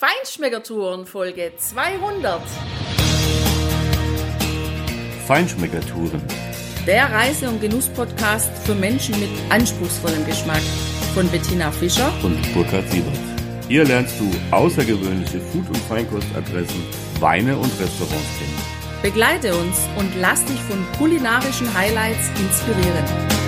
Feinschmeckertouren Folge 200. Feinschmeckertouren. Der Reise- und Genuss-Podcast für Menschen mit anspruchsvollem Geschmack von Bettina Fischer Und Burkhard Siebert. Hier lernst du außergewöhnliche Food- und Feinkostadressen, Weine und Restaurants kennen. Begleite uns und lass dich von kulinarischen Highlights inspirieren.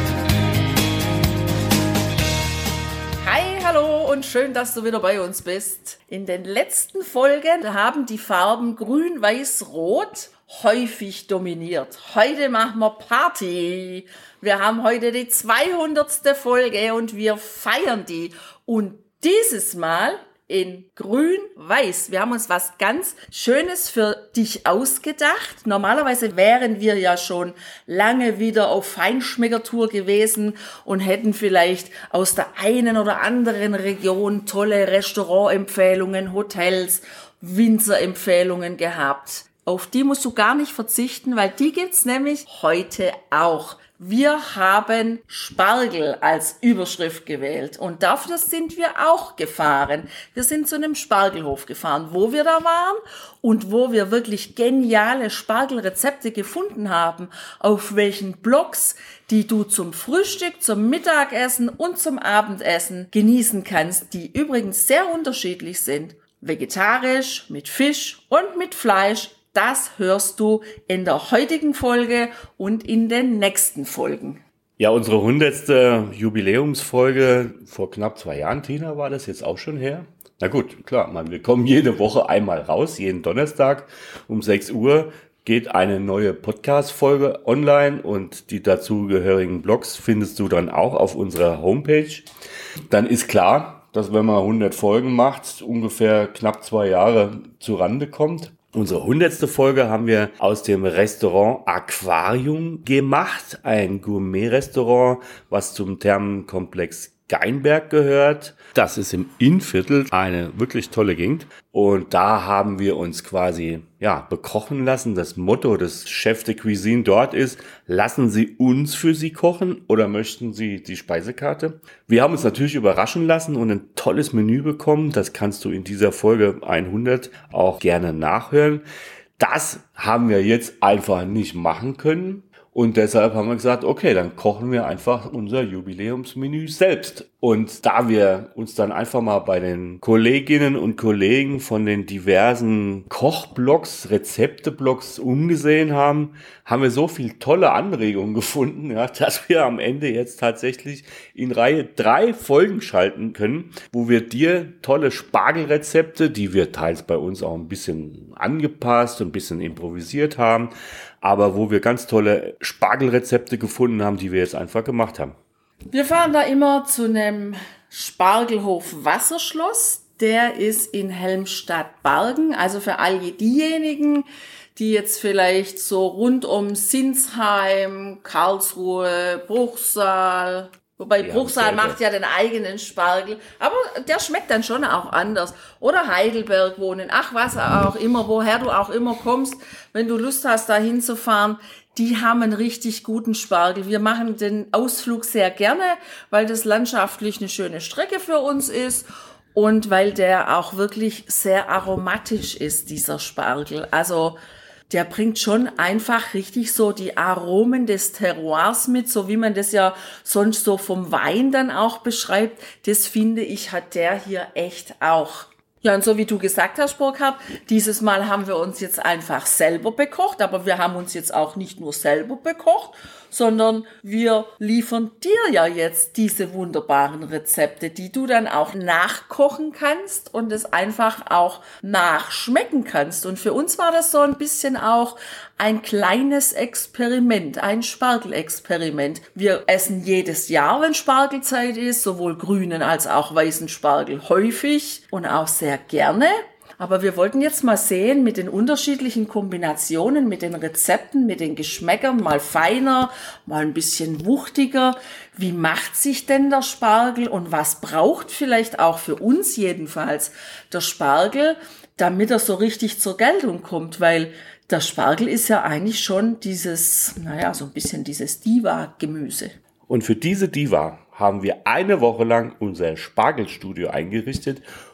Hi, hallo und schön, dass du wieder bei uns bist. In den letzten Folgen haben die Farben Grün, Weiß, Rot häufig dominiert. Heute machen wir Party. Wir haben heute die 200. Folge und wir feiern die. Und dieses Mal in Grün-Weiß. Wir haben uns was ganz Schönes für dich ausgedacht. Normalerweise wären wir ja schon lange wieder auf Feinschmeckertour gewesen und hätten vielleicht aus der einen oder anderen Region tolle Restaurantempfehlungen, Hotels, Winzerempfehlungen gehabt. Auf die musst du gar nicht verzichten, weil die gibt's nämlich heute auch. Wir haben Spargel als Überschrift gewählt und dafür sind wir auch gefahren. Wir sind zu einem Spargelhof gefahren, wo wir da waren und wo wir wirklich geniale Spargelrezepte gefunden haben, auf welchen Blogs, die du zum Frühstück, zum Mittagessen und zum Abendessen genießen kannst, die übrigens sehr unterschiedlich sind. Vegetarisch, mit Fisch und mit Fleisch. Das hörst du in der heutigen Folge und in den nächsten Folgen. Ja, unsere 100. Jubiläumsfolge vor knapp 2 Jahren, Tina, war das jetzt auch schon her? Na gut, klar, wir kommen jede Woche einmal raus, jeden Donnerstag um 6 Uhr geht eine neue Podcast-Folge online und die dazugehörigen Blogs findest du dann auch auf unserer Homepage. Dann ist klar, dass wenn man 100 Folgen macht, ungefähr knapp 2 Jahre zurande kommt. Unsere 100. Folge haben wir aus dem Restaurant Aquarium gemacht, ein Gourmet-Restaurant, was zum Thermenkomplex Geinberg gehört. Das ist im Innviertel, eine wirklich tolle Gegend. Und da haben wir uns quasi bekochen lassen. Das Motto des Chef de Cuisine dort ist: Lassen Sie uns für Sie kochen oder möchten Sie die Speisekarte? Wir haben uns natürlich überraschen lassen und ein tolles Menü bekommen. Das kannst du in dieser Folge 100 auch gerne nachhören. Das haben wir jetzt einfach nicht machen können. Und deshalb haben wir gesagt, okay, dann kochen wir einfach unser Jubiläumsmenü selbst. Und da wir uns dann einfach mal bei den Kolleginnen und Kollegen von den diversen Kochblogs, Rezepteblogs umgesehen haben, haben wir so viel tolle Anregungen gefunden, dass wir am Ende jetzt tatsächlich in Reihe 3 Folgen schalten können, wo wir dir tolle Spargelrezepte, die wir teils bei uns auch ein bisschen angepasst und ein bisschen improvisiert haben, aber wo wir ganz tolle Spargelrezepte gefunden haben, die wir jetzt einfach gemacht haben. Wir fahren da immer zu einem Spargelhof Wasserschloss. Der ist in Helmstadt-Bargen. Also für all diejenigen, die jetzt vielleicht so rund um Sinsheim, Karlsruhe, Bruchsal, wobei Bruchsal macht ja den eigenen Spargel, aber der schmeckt dann schon auch anders. Oder Heidelberg wohnen, was auch immer, woher du auch immer kommst, wenn du Lust hast, da hinzufahren, die haben einen richtig guten Spargel. Wir machen den Ausflug sehr gerne, weil das landschaftlich eine schöne Strecke für uns ist und weil der auch wirklich sehr aromatisch ist, dieser Spargel. Also der bringt schon einfach richtig so die Aromen des Terroirs mit, so wie man das ja sonst so vom Wein dann auch beschreibt. Das finde ich, hat der hier echt auch. Ja, und so wie du gesagt hast, Burkhard, dieses Mal haben wir uns jetzt einfach selber bekocht, aber wir haben uns jetzt auch nicht nur selber bekocht, sondern wir liefern dir ja jetzt diese wunderbaren Rezepte, die du dann auch nachkochen kannst und es einfach auch nachschmecken kannst. Und für uns war das so ein bisschen auch ein kleines Experiment, ein Spargelexperiment. Wir essen jedes Jahr, wenn Spargelzeit ist, sowohl grünen als auch weißen Spargel häufig und auch sehr gerne. Aber wir wollten jetzt mal sehen mit den unterschiedlichen Kombinationen, mit den Rezepten, mit den Geschmäckern, mal feiner, mal ein bisschen wuchtiger. Wie macht sich denn der Spargel und was braucht vielleicht auch für uns jedenfalls der Spargel, damit er so richtig zur Geltung kommt? Weil der Spargel ist ja eigentlich schon dieses, so ein bisschen dieses Diva-Gemüse. Und für diese Diva haben wir eine Woche lang unser Spargelstudio eingerichtet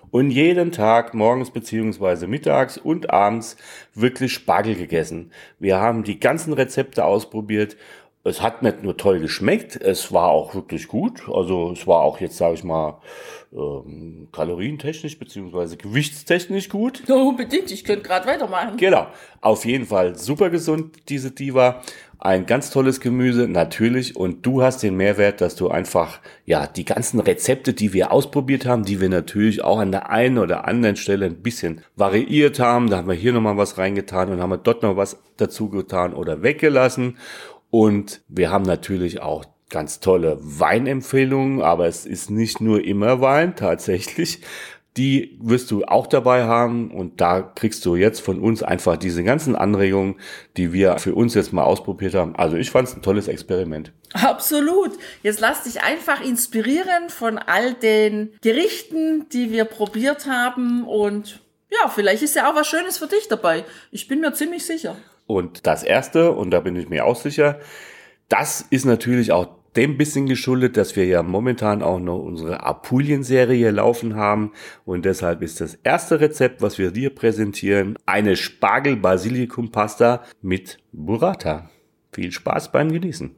und jeden Tag morgens beziehungsweise mittags und abends wirklich Spargel gegessen. Wir haben die ganzen Rezepte ausprobiert. Es hat nicht nur toll geschmeckt, es war auch wirklich gut. Also es war auch jetzt, sage ich mal, kalorientechnisch beziehungsweise gewichtstechnisch gut. Ja, unbedingt, ich könnte gerade weitermachen. Genau, auf jeden Fall super gesund, diese Diva. Ein ganz tolles Gemüse, natürlich. Und du hast den Mehrwert, dass du einfach, ja, die ganzen Rezepte, die wir ausprobiert haben, die wir natürlich auch an der einen oder anderen Stelle ein bisschen variiert haben. Da haben wir hier nochmal was reingetan und haben wir dort noch was dazu getan oder weggelassen. Und wir haben natürlich auch ganz tolle Weinempfehlungen, aber es ist nicht nur immer Wein, tatsächlich. Die wirst du auch dabei haben und da kriegst du jetzt von uns einfach diese ganzen Anregungen, die wir für uns jetzt mal ausprobiert haben. Also ich fand es ein tolles Experiment. Absolut. Jetzt lass dich einfach inspirieren von all den Gerichten, die wir probiert haben und ja, vielleicht ist ja auch was Schönes für dich dabei. Ich bin mir ziemlich sicher. Und das Erste, und da bin ich mir auch sicher, das ist natürlich auch dem bisschen geschuldet, dass wir ja momentan auch noch unsere Apulien-Serie laufen haben. Und deshalb ist das erste Rezept, was wir dir präsentieren, eine Spargel-Basilikum-Pasta mit Burrata. Viel Spaß beim Genießen.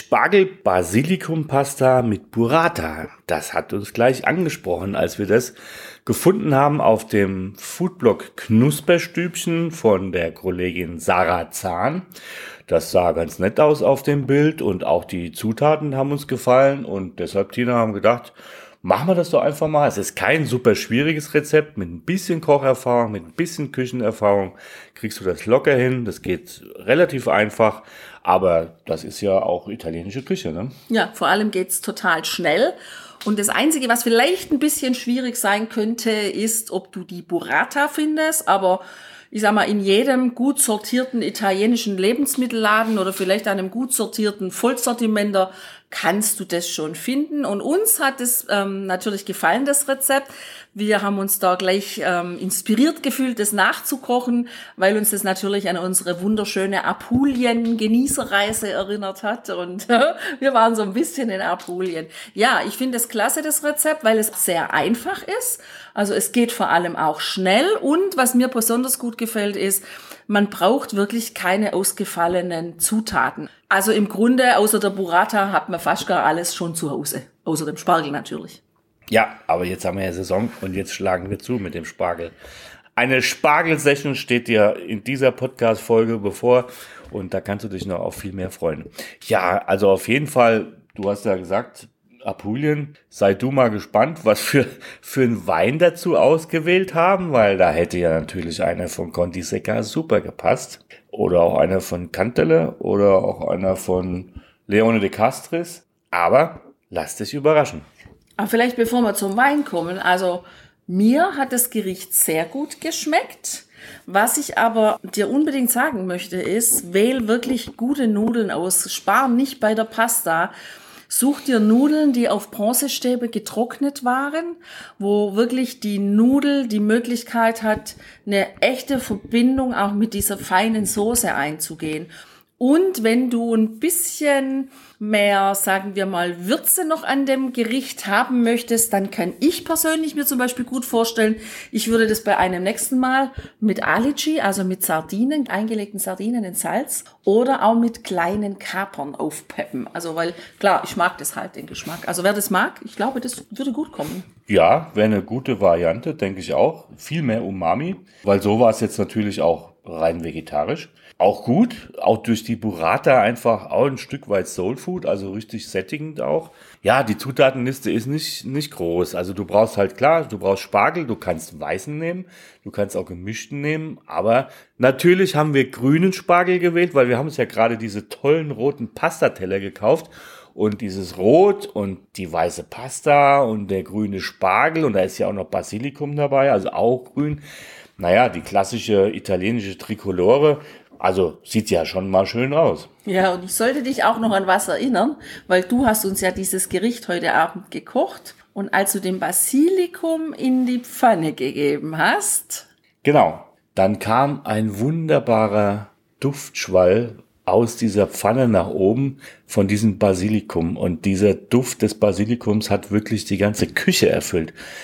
Spargel-Basilikum-Pasta mit Burrata. Das hat uns gleich angesprochen, als wir das gefunden haben auf dem Foodblog Knusperstübchen von der Kollegin Sarah Zahn. Das sah ganz nett aus auf dem Bild und auch die Zutaten haben uns gefallen und deshalb, Tina, haben wir gedacht, machen wir das doch einfach mal. Es ist kein super schwieriges Rezept. Mit ein bisschen Kocherfahrung, mit ein bisschen Küchenerfahrung kriegst du das locker hin. Das geht relativ einfach, aber das ist ja auch italienische Küche, ne? Ja, vor allem geht's total schnell. Und das Einzige, was vielleicht ein bisschen schwierig sein könnte, ist, ob du die Burrata findest, aber ich sag mal, in jedem gut sortierten italienischen Lebensmittelladen oder vielleicht einem gut sortierten Vollsortimenter kannst du das schon finden. Und uns hat es natürlich gefallen, das Rezept. Wir haben uns da gleich inspiriert gefühlt, das nachzukochen, weil uns das natürlich an unsere wunderschöne Apulien-Genießerreise erinnert hat. Und wir waren so ein bisschen in Apulien. Ja, ich finde es klasse, das Rezept, weil es sehr einfach ist. Also es geht vor allem auch schnell. Und was mir besonders gut gefällt, ist, man braucht wirklich keine ausgefallenen Zutaten. Also im Grunde, außer der Burrata, hat man fast gar alles schon zu Hause. Außer dem Spargel natürlich. Ja, aber jetzt haben wir ja Saison und jetzt schlagen wir zu mit dem Spargel. Eine Spargel-Session steht dir in dieser Podcast-Folge bevor und da kannst du dich noch auf viel mehr freuen. Ja, also auf jeden Fall, du hast ja gesagt, Apulien, sei du mal gespannt, was für einen Wein dazu ausgewählt haben, weil da hätte ja natürlich einer von Conti Secca super gepasst. Oder auch einer von Cantele oder auch einer von Leone de Castris. Aber lass dich überraschen. Aber vielleicht bevor wir zum Wein kommen, also mir hat das Gericht sehr gut geschmeckt. Was ich aber dir unbedingt sagen möchte ist, wähl wirklich gute Nudeln aus, spar nicht bei der Pasta. Such dir Nudeln, die auf Bronzestäbe getrocknet waren, wo wirklich die Nudel die Möglichkeit hat, eine echte Verbindung auch mit dieser feinen Soße einzugehen. Und wenn du ein bisschen mehr, sagen wir mal, Würze noch an dem Gericht haben möchtest, dann kann ich persönlich mir zum Beispiel gut vorstellen, ich würde das bei einem nächsten Mal mit Alici, also mit Sardinen, eingelegten Sardinen in Salz oder auch mit kleinen Kapern aufpeppen. Also weil, klar, ich mag das halt, den Geschmack. Also wer das mag, ich glaube, das würde gut kommen. Ja, wäre eine gute Variante, denke ich auch. Viel mehr Umami, weil so war es jetzt natürlich auch rein vegetarisch. Auch gut, auch durch die Burrata einfach auch ein Stück weit Soulfood, also richtig sättigend auch. Ja, die Zutatenliste ist nicht groß. Also du brauchst halt klar, du brauchst Spargel, du kannst weißen nehmen, du kannst auch gemischten nehmen. Aber natürlich haben wir grünen Spargel gewählt, weil wir haben uns ja gerade diese tollen roten Pastateller gekauft. Und dieses Rot und die weiße Pasta und der grüne Spargel und da ist ja auch noch Basilikum dabei, also auch grün. Naja, die klassische italienische Tricolore. Also sieht ja schon mal schön aus. Ja, und ich sollte dich auch noch an was erinnern, weil du hast uns ja dieses Gericht heute Abend gekocht und als du den Basilikum in die Pfanne gegeben hast. Genau, dann kam ein wunderbarer Duftschwall aus dieser Pfanne nach oben von diesem Basilikum und dieser Duft des Basilikums hat wirklich die ganze Küche erfüllt.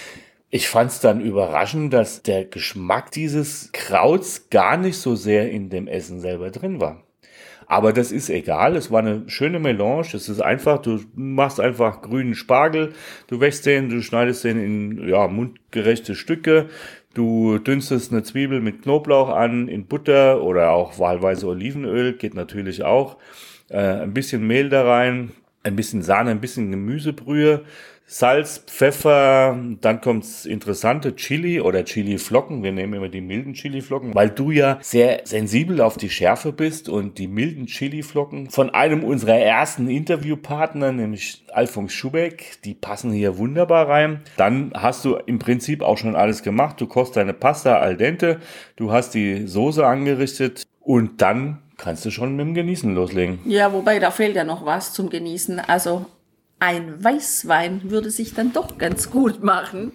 Ich fand es dann überraschend, dass der Geschmack dieses Krauts gar nicht so sehr in dem Essen selber drin war. Aber das ist egal, es war eine schöne Melange, es ist einfach, du machst einfach grünen Spargel, du wächst den, du schneidest den in mundgerechte Stücke, du dünstest eine Zwiebel mit Knoblauch an, in Butter oder auch wahlweise Olivenöl, geht natürlich auch, ein bisschen Mehl da rein, ein bisschen Sahne, ein bisschen Gemüsebrühe, Salz, Pfeffer, dann kommt's interessante Chili oder Chiliflocken. Wir nehmen immer die milden Chiliflocken, weil du ja sehr sensibel auf die Schärfe bist und die milden Chiliflocken von einem unserer ersten Interviewpartner, nämlich Alfons Schubeck, die passen hier wunderbar rein. Dann hast du im Prinzip auch schon alles gemacht. Du kochst deine Pasta al dente, du hast die Soße angerichtet und dann kannst du schon mit dem Genießen loslegen. Ja, wobei da fehlt ja noch was zum Genießen. Also ein Weißwein würde sich dann doch ganz gut machen.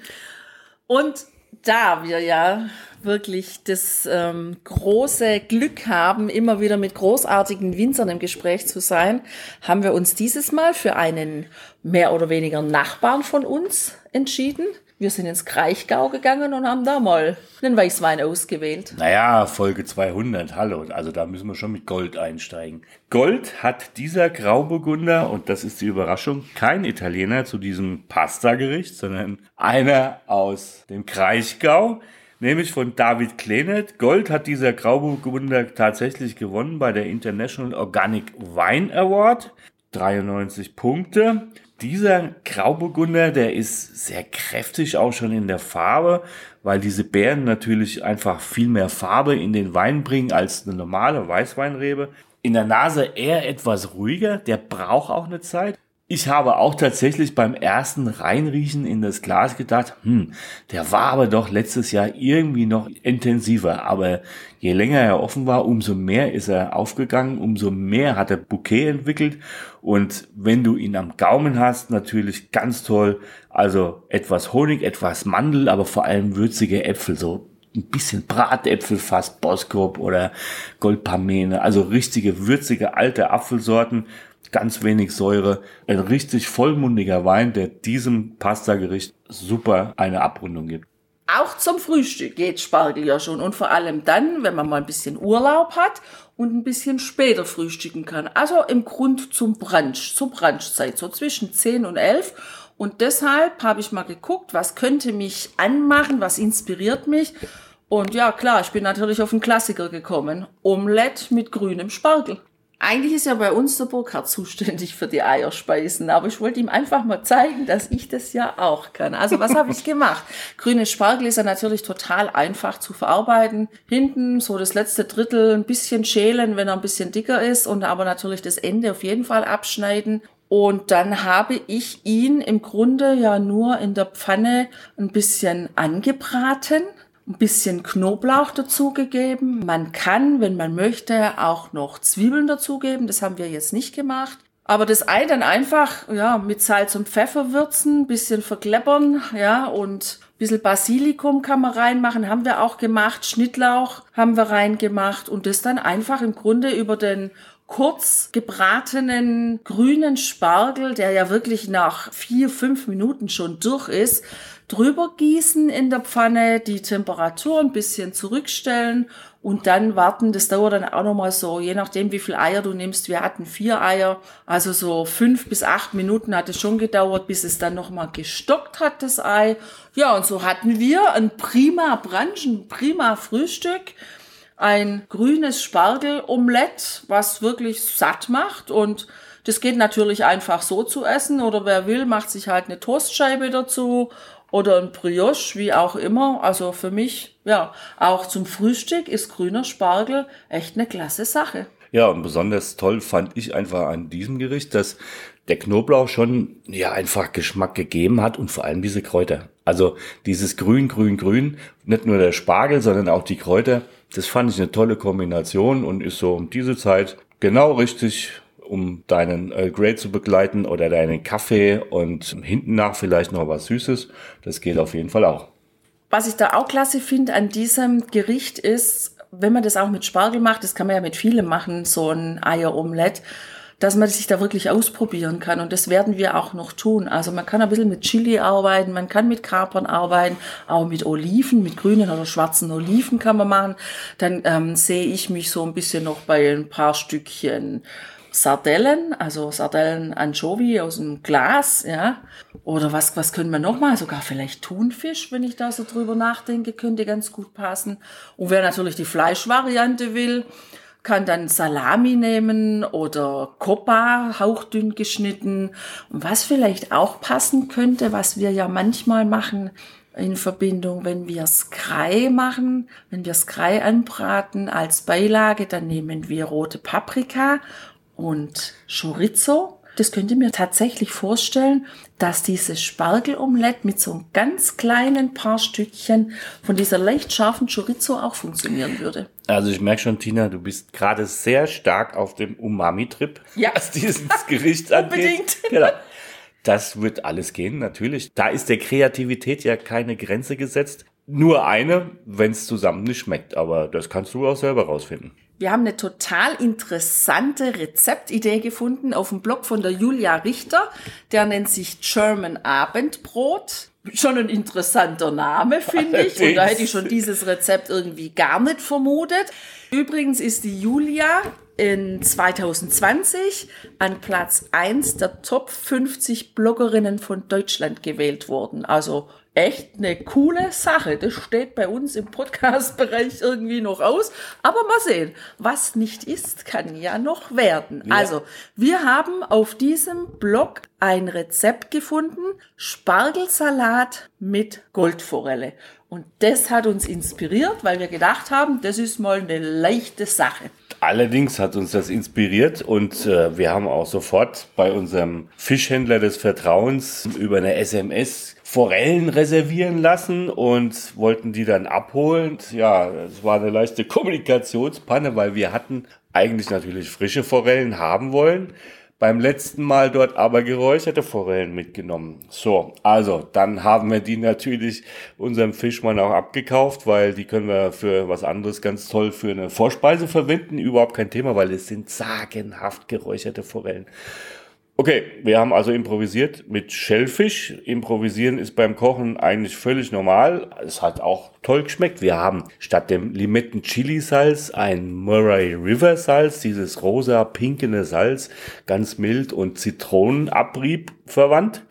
Und da wir ja wirklich das große Glück haben, immer wieder mit großartigen Winzern im Gespräch zu sein, haben wir uns dieses Mal für einen mehr oder weniger Nachbarn von uns entschieden. Wir sind ins Kraichgau gegangen und haben da mal einen Weißwein ausgewählt. Naja, Folge 200, hallo. Also da müssen wir schon mit Gold einsteigen. Gold hat dieser Grauburgunder, und das ist die Überraschung, kein Italiener zu diesem Pasta-Gericht, sondern einer aus dem Kraichgau, nämlich von David Klenet. Gold hat dieser Grauburgunder tatsächlich gewonnen bei der International Organic Wine Award. 93 Punkte. Dieser Grauburgunder, der ist sehr kräftig auch schon in der Farbe, weil diese Beeren natürlich einfach viel mehr Farbe in den Wein bringen als eine normale Weißweinrebe. In der Nase eher etwas ruhiger, der braucht auch eine Zeit. Ich habe auch tatsächlich beim ersten Reinriechen in das Glas gedacht, der war aber doch letztes Jahr irgendwie noch intensiver. Aber je länger er offen war, umso mehr ist er aufgegangen, umso mehr hat er Bouquet entwickelt. Und wenn du ihn am Gaumen hast, natürlich ganz toll. Also etwas Honig, etwas Mandel, aber vor allem würzige Äpfel, so ein bisschen Bratäpfel fast, Boskop oder Goldpamene. Also richtige würzige alte Apfelsorten. Ganz wenig Säure, ein richtig vollmundiger Wein, der diesem Pasta-Gericht super eine Abrundung gibt. Auch zum Frühstück geht Spargel ja schon und vor allem dann, wenn man mal ein bisschen Urlaub hat und ein bisschen später frühstücken kann. Also im Grund zum Brunch, zur Brunchzeit, so zwischen 10 und 11. Und deshalb habe ich mal geguckt, was könnte mich anmachen, was inspiriert mich. Und ja, klar, ich bin natürlich auf einen Klassiker gekommen. Omelette mit grünem Spargel. Eigentlich ist ja bei uns der Burkhard zuständig für die Eierspeisen, aber ich wollte ihm einfach mal zeigen, dass ich das ja auch kann. Also was habe ich gemacht? Grüne Spargel ist ja natürlich total einfach zu verarbeiten. Hinten so das letzte Drittel ein bisschen schälen, wenn er ein bisschen dicker ist, und aber natürlich das Ende auf jeden Fall abschneiden. Und dann habe ich ihn im Grunde ja nur in der Pfanne ein bisschen angebraten. Ein bisschen Knoblauch dazugegeben. Man kann, wenn man möchte, auch noch Zwiebeln dazugeben. Das haben wir jetzt nicht gemacht. Aber das Ei dann einfach mit Salz und Pfeffer würzen, ein bisschen verkleppern, und ein bisschen Basilikum kann man reinmachen, haben wir auch gemacht. Schnittlauch haben wir reingemacht und das dann einfach im Grunde über den kurz gebratenen grünen Spargel, der ja wirklich nach 4-5 Minuten schon durch ist, drüber gießen in der Pfanne, die Temperatur ein bisschen zurückstellen und dann warten. Das dauert dann auch nochmal so, je nachdem wie viel Eier du nimmst. Wir hatten 4 Eier, also so 5 bis 8 Minuten hat es schon gedauert, bis es dann nochmal gestockt hat, das Ei. Ja, und so hatten wir ein prima Brunch, ein prima Frühstück. Ein grünes Spargel-Omelett, was wirklich satt macht, und das geht natürlich einfach so zu essen, oder wer will, macht sich halt eine Toastscheibe dazu oder ein Brioche, wie auch immer. Also für mich, auch zum Frühstück ist grüner Spargel echt eine klasse Sache. Ja, und besonders toll fand ich einfach an diesem Gericht, dass der Knoblauch schon einfach Geschmack gegeben hat und vor allem diese Kräuter. Also dieses Grün, Grün, Grün, nicht nur der Spargel, sondern auch die Kräuter. Das fand ich eine tolle Kombination und ist so um diese Zeit genau richtig, um deinen Earl Grey zu begleiten oder deinen Kaffee und hinten nach vielleicht noch was Süßes. Das geht auf jeden Fall auch. Was ich da auch klasse finde an diesem Gericht ist, wenn man das auch mit Spargel macht, das kann man ja mit vielem machen, so ein Eieromelett, dass man sich da wirklich ausprobieren kann. Und das werden wir auch noch tun. Also man kann ein bisschen mit Chili arbeiten, man kann mit Kapern arbeiten, auch mit Oliven, mit grünen oder schwarzen Oliven kann man machen. Dann sehe ich mich so ein bisschen noch bei ein paar Stückchen Sardellen, also Sardellen Anchovy aus dem Glas, ja. Oder was können wir noch mal? Sogar vielleicht Thunfisch, wenn ich da so drüber nachdenke, könnte ganz gut passen. Und wer natürlich die Fleischvariante will, kann dann Salami nehmen oder Coppa, hauchdünn geschnitten. Und was vielleicht auch passen könnte, was wir ja manchmal machen in Verbindung, wenn wir Skrei machen, wenn wir Skrei anbraten als Beilage, dann nehmen wir rote Paprika und Chorizo. Das könnt ihr mir tatsächlich vorstellen, dass dieses Spargelomelett mit so einem ganz kleinen paar Stückchen von dieser leicht scharfen Chorizo auch funktionieren würde. Also ich merke schon, Tina, du bist gerade sehr stark auf dem Umami-Trip, ja, was dieses Gericht angeht. Unbedingt. Genau. Das wird alles gehen, natürlich. Da ist der Kreativität ja keine Grenze gesetzt. Nur eine, wenn es zusammen nicht schmeckt. Aber das kannst du auch selber rausfinden. Wir haben eine total interessante Rezeptidee gefunden auf dem Blog von der Julia Richter. Der nennt sich German Abendbrot. Schon ein interessanter Name, finde ich. Und da hätte ich schon dieses Rezept irgendwie gar nicht vermutet. Übrigens ist die Julia in 2020 an Platz 1 der Top 50 Bloggerinnen von Deutschland gewählt worden. Also echt eine coole Sache. Das steht bei uns im Podcast-Bereich irgendwie noch aus. Aber mal sehen, was nicht ist, kann ja noch werden. Ja. Also, wir haben auf diesem Blog ein Rezept gefunden, Spargelsalat mit Goldforelle. Und das hat uns inspiriert, weil wir gedacht haben, das ist mal eine leichte Sache. Allerdings hat uns das inspiriert und wir haben auch sofort bei unserem Fischhändler des Vertrauens über eine SMS Forellen reservieren lassen und wollten die dann abholen. Ja, es war eine leichte Kommunikationspanne, weil wir hatten eigentlich natürlich frische Forellen haben wollen. Beim letzten Mal dort aber geräucherte Forellen mitgenommen. So, also dann haben wir die natürlich unserem Fischmann auch abgekauft, weil die können wir für was anderes ganz toll für eine Vorspeise verwenden. Überhaupt kein Thema, weil es sind sagenhaft geräucherte Forellen. Okay, wir haben also improvisiert mit Schellfisch. Improvisieren ist beim Kochen eigentlich völlig normal. Es hat auch toll geschmeckt. Wir haben statt dem Limetten-Chili-Salz ein Murray River Salz, dieses rosa-pinkene Salz, ganz mild und Zitronenabrieb verwandt.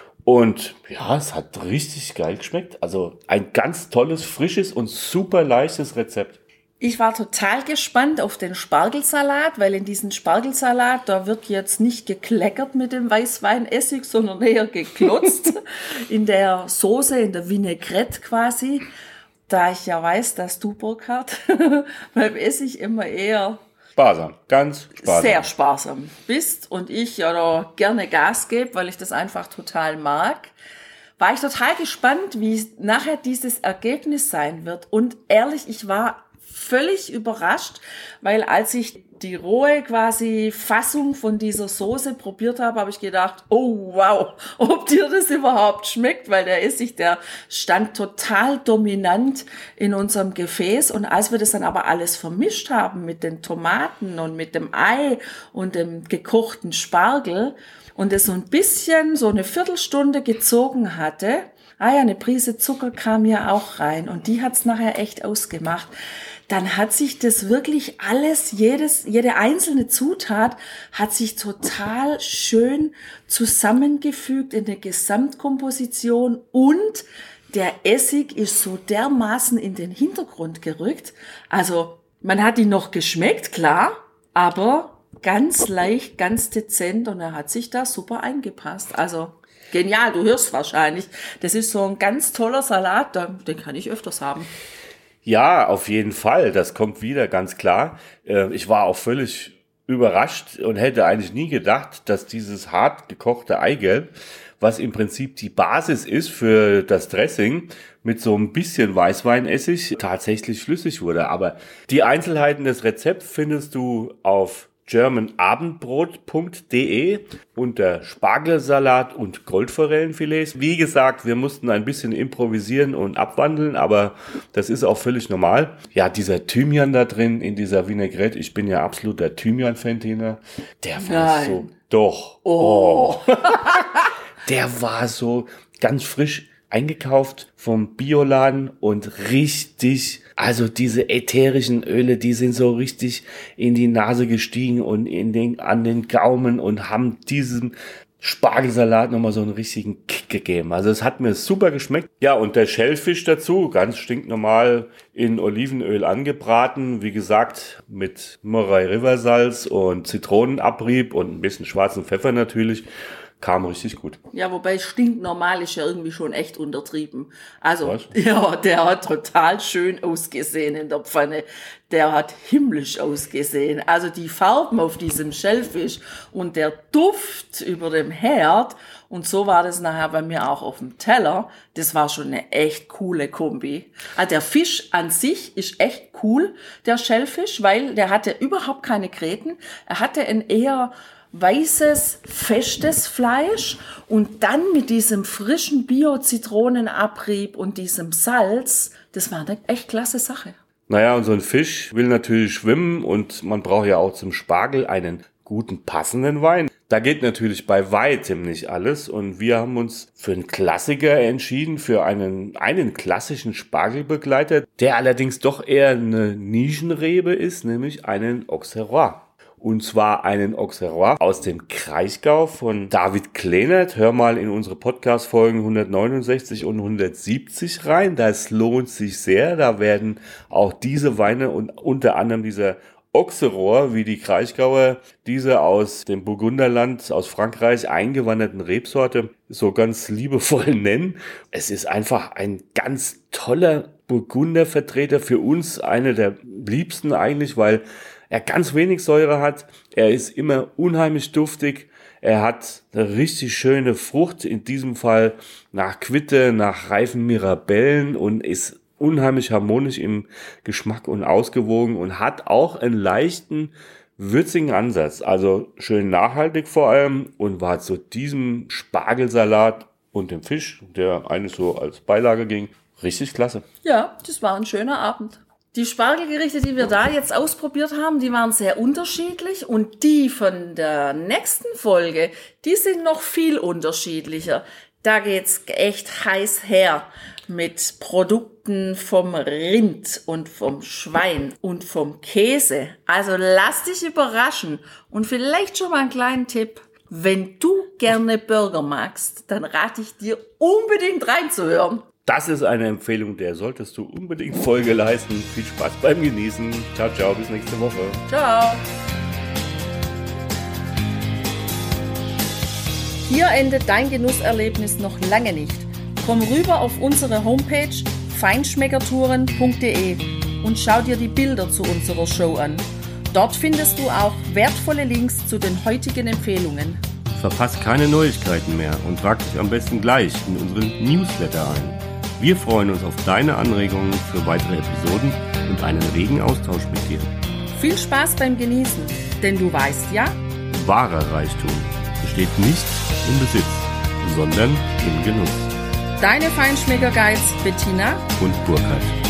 Und ja, es hat richtig geil geschmeckt. Also ein ganz tolles, frisches und super leichtes Rezept. Ich war total gespannt auf den Spargelsalat, weil in diesem Spargelsalat, da wird jetzt nicht gekleckert mit dem Weißweinessig, sondern eher geklotzt in der Soße, in der Vinaigrette quasi. Da ich ja weiß, dass du, Burkhard, beim Essig immer eher sparsam, ganz sparsam. Sehr sparsam bist und ich ja da gerne Gas gebe, weil ich das einfach total mag. War ich total gespannt, wie nachher dieses Ergebnis sein wird. Und ehrlich, ich war völlig überrascht, weil als ich die rohe quasi Fassung von dieser Soße probiert habe, habe ich gedacht, oh wow, ob dir das überhaupt schmeckt, weil der Essig, der stand total dominant in unserem Gefäß und als wir das dann aber alles vermischt haben mit den Tomaten und mit dem Ei und dem gekochten Spargel und es so ein bisschen, so eine Viertelstunde gezogen hatte, eine Prise Zucker kam ja auch rein und die hat's nachher echt ausgemacht. Dann hat sich das wirklich alles, jede einzelne Zutat hat sich total schön zusammengefügt in der Gesamtkomposition und der Essig ist so dermaßen in den Hintergrund gerückt. Also man hat ihn noch geschmeckt, klar, aber ganz leicht, ganz dezent und er hat sich da super eingepasst. Also genial, du hörst wahrscheinlich. Das ist so ein ganz toller Salat, den kann ich öfters haben. Ja, auf jeden Fall. Das kommt wieder, ganz klar. Ich war auch völlig überrascht und hätte eigentlich nie gedacht, dass dieses hart gekochte Eigelb, was im Prinzip die Basis ist für das Dressing, mit so ein bisschen Weißweinessig tatsächlich flüssig wurde. Aber die Einzelheiten des Rezepts findest du auf germanabendbrot.de unter Spargelsalat und Goldforellenfilets. Wie gesagt, wir mussten ein bisschen improvisieren und abwandeln, aber das ist auch völlig normal. Ja, dieser Thymian da drin in dieser Vinaigrette, ich bin ja absoluter Thymian-Fan, Tina. Der war so, doch. Oh. Der war so ganz frisch eingekauft vom Bioladen und richtig, also diese ätherischen Öle, die sind so richtig in die Nase gestiegen und an den Gaumen und haben diesem Spargelsalat nochmal so einen richtigen Kick gegeben. Also es hat mir super geschmeckt. Ja, und der Schellfisch dazu, ganz stinknormal in Olivenöl angebraten. Wie gesagt, mit Moray River Salz und Zitronenabrieb und ein bisschen schwarzen Pfeffer natürlich. Kam richtig gut. Ja, wobei stinknormal ist ja irgendwie schon echt untertrieben. Also, Was? ja, der hat total schön ausgesehen in der Pfanne. Der hat himmlisch ausgesehen. Also die Farben auf diesem Schellfisch und der Duft über dem Herd. Und so war das nachher bei mir auch auf dem Teller. Das war schon eine echt coole Kombi. Also der Fisch an sich ist echt cool, der Schellfisch, weil der hatte überhaupt keine Gräten. Er hatte ein eher weißes, festes Fleisch und dann mit diesem frischen Bio-Zitronenabrieb und diesem Salz, das war eine echt klasse Sache. Naja, und so ein Fisch will natürlich schwimmen und man braucht ja auch zum Spargel einen guten, passenden Wein. Da geht natürlich bei weitem nicht alles und wir haben uns für einen Klassiker entschieden, für einen klassischen Spargelbegleiter, der allerdings doch eher eine Nischenrebe ist, nämlich einen Auxerrois. Und zwar einen Auxerrois aus dem Kraichgau von David Kleinert. Hör mal in unsere Podcast-Folgen 169 und 170 rein. Das lohnt sich sehr. Da werden auch diese Weine und unter anderem dieser Auxerrois, wie die Kraichgauer, diese aus dem Burgunderland, aus Frankreich eingewanderten Rebsorte, so ganz liebevoll nennen. Es ist einfach ein ganz toller Burgundervertreter, für uns einer der liebsten eigentlich, weil er ganz wenig Säure hat, er ist immer unheimlich duftig, er hat eine richtig schöne Frucht, in diesem Fall nach Quitte, nach reifen Mirabellen und ist unheimlich harmonisch im Geschmack und ausgewogen und hat auch einen leichten, würzigen Ansatz, also schön nachhaltig vor allem und war zu diesem Spargelsalat und dem Fisch, der eigentlich so als Beilage ging, richtig klasse. Ja, das war ein schöner Abend. Die Spargelgerichte, die wir da jetzt ausprobiert haben, die waren sehr unterschiedlich und die von der nächsten Folge, die sind noch viel unterschiedlicher. Da geht's echt heiß her mit Produkten vom Rind und vom Schwein und vom Käse. Also lass dich überraschen und vielleicht schon mal einen kleinen Tipp. Wenn du gerne Burger magst, dann rate ich dir unbedingt reinzuhören. Das ist eine Empfehlung, der solltest du unbedingt Folge leisten. Viel Spaß beim Genießen. Ciao, ciao, bis nächste Woche. Ciao. Hier endet dein Genusserlebnis noch lange nicht. Komm rüber auf unsere Homepage feinschmeckertouren.de und schau dir die Bilder zu unserer Show an. Dort findest du auch wertvolle Links zu den heutigen Empfehlungen. Verpasst keine Neuigkeiten mehr und trag dich am besten gleich in unseren Newsletter ein. Wir freuen uns auf deine Anregungen für weitere Episoden und einen regen Austausch mit dir. Viel Spaß beim Genießen, denn du weißt ja, wahrer Reichtum besteht nicht im Besitz, sondern im Genuss. Deine Feinschmecker-Guides Bettina und Burkhard.